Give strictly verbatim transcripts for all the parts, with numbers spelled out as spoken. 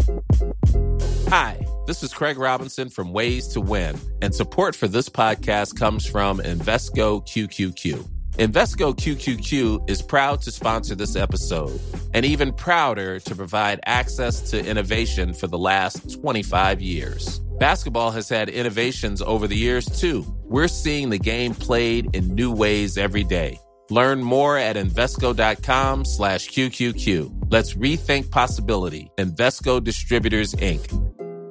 Hi, this is Craig Robinson from Ways to Win, and support for this podcast comes from Invesco Q Q Q. Invesco Q Q Q is proud to sponsor this episode, and even prouder to provide access to innovation for the last twenty-five years. Basketball has had innovations over the years, too. We're seeing the game played in new ways every day. Learn more at Invesco.com slash QQQ. Let's rethink possibility. Invesco Distributors, Incorporated.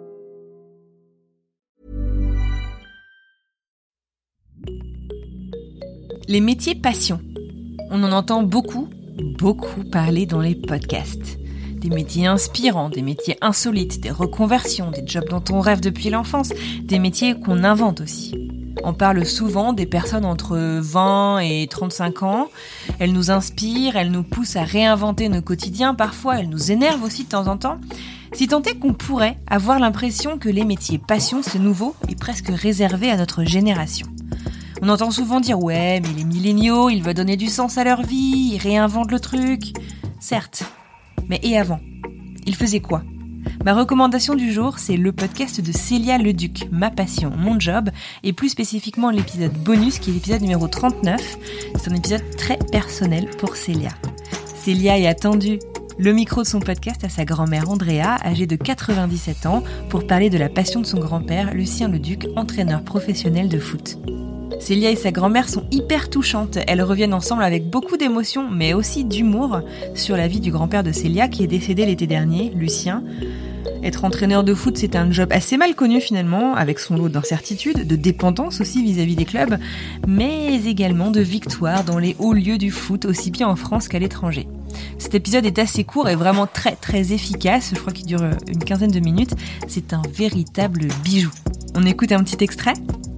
Les métiers passion. On en entend beaucoup, beaucoup parler dans les podcasts. Des métiers inspirants, des métiers insolites, des reconversions, des jobs dont on rêve depuis l'enfance, des métiers qu'on invente aussi. On parle souvent des personnes entre vingt et trente-cinq ans. Elles nous inspirent, elles nous poussent à réinventer nos quotidiens. Parfois, elles nous énervent aussi de temps en temps. Si tant est qu'on pourrait avoir l'impression que les métiers passion, c'est nouveau et presque réservé à notre génération. On entend souvent dire « Ouais, mais les milléniaux, ils veulent donner du sens à leur vie, ils réinventent le truc. » Certes, mais et avant ? Ils faisaient quoi ? Ma recommandation du jour, c'est le podcast de Célia Leduc, Ma passion, mon job, et plus spécifiquement l'épisode bonus, qui est l'épisode numéro trente-neuf. C'est un épisode très personnel pour Célia. Célia a tendu le micro de son podcast à sa grand-mère Andrea, âgée de quatre-vingt-dix-sept ans, pour parler de la passion de son grand-père, Lucien Leduc, entraîneur professionnel de foot. Célia et sa grand-mère sont hyper touchantes. Elles reviennent ensemble avec beaucoup d'émotion, mais aussi d'humour, sur la vie du grand-père de Célia, qui est décédé l'été dernier, Lucien. Être entraîneur de foot, c'est un job assez mal connu finalement, avec son lot d'incertitudes, de dépendance aussi vis-à-vis des clubs, mais également de victoires dans les hauts lieux du foot, aussi bien en France qu'à l'étranger. Cet épisode est assez court et vraiment très très efficace, je crois qu'il dure une quinzaine de minutes. C'est un véritable bijou. On écoute un petit extrait ?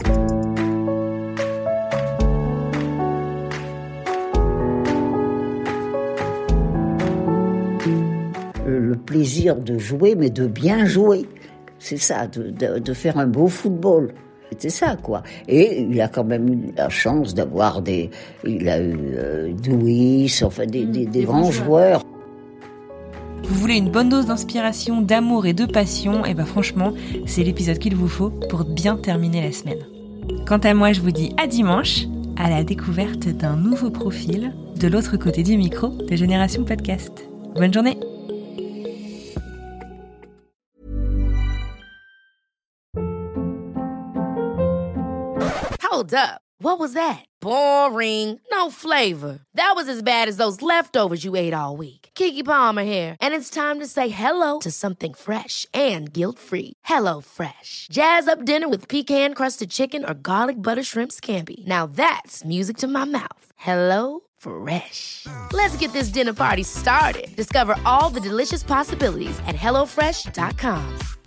Le plaisir de jouer, mais de bien jouer. C'est ça, de, de, de faire un beau football. C'était ça, quoi. Et il a quand même eu la chance d'avoir des... Il a eu euh, Douis, enfin des, des, des, des grands joueurs. Vous voulez une bonne dose d'inspiration, d'amour et de passion ? Et ben franchement, c'est l'épisode qu'il vous faut pour bien terminer la semaine. Quant à moi, je vous dis à dimanche, à la découverte d'un nouveau profil de l'autre côté du micro de Génération Podcast. Bonne journée. Hold up. What was that? Boring. No flavor. That was as bad as those leftovers you ate all week. Keke Palmer here, and it's time to say hello to something fresh and guilt-free. Hello Fresh. Jazz up dinner with pecan-crusted chicken or garlic butter shrimp scampi. Now that's music to my mouth. Hello Fresh. Let's get this dinner party started. Discover all the delicious possibilities at hello fresh dot com.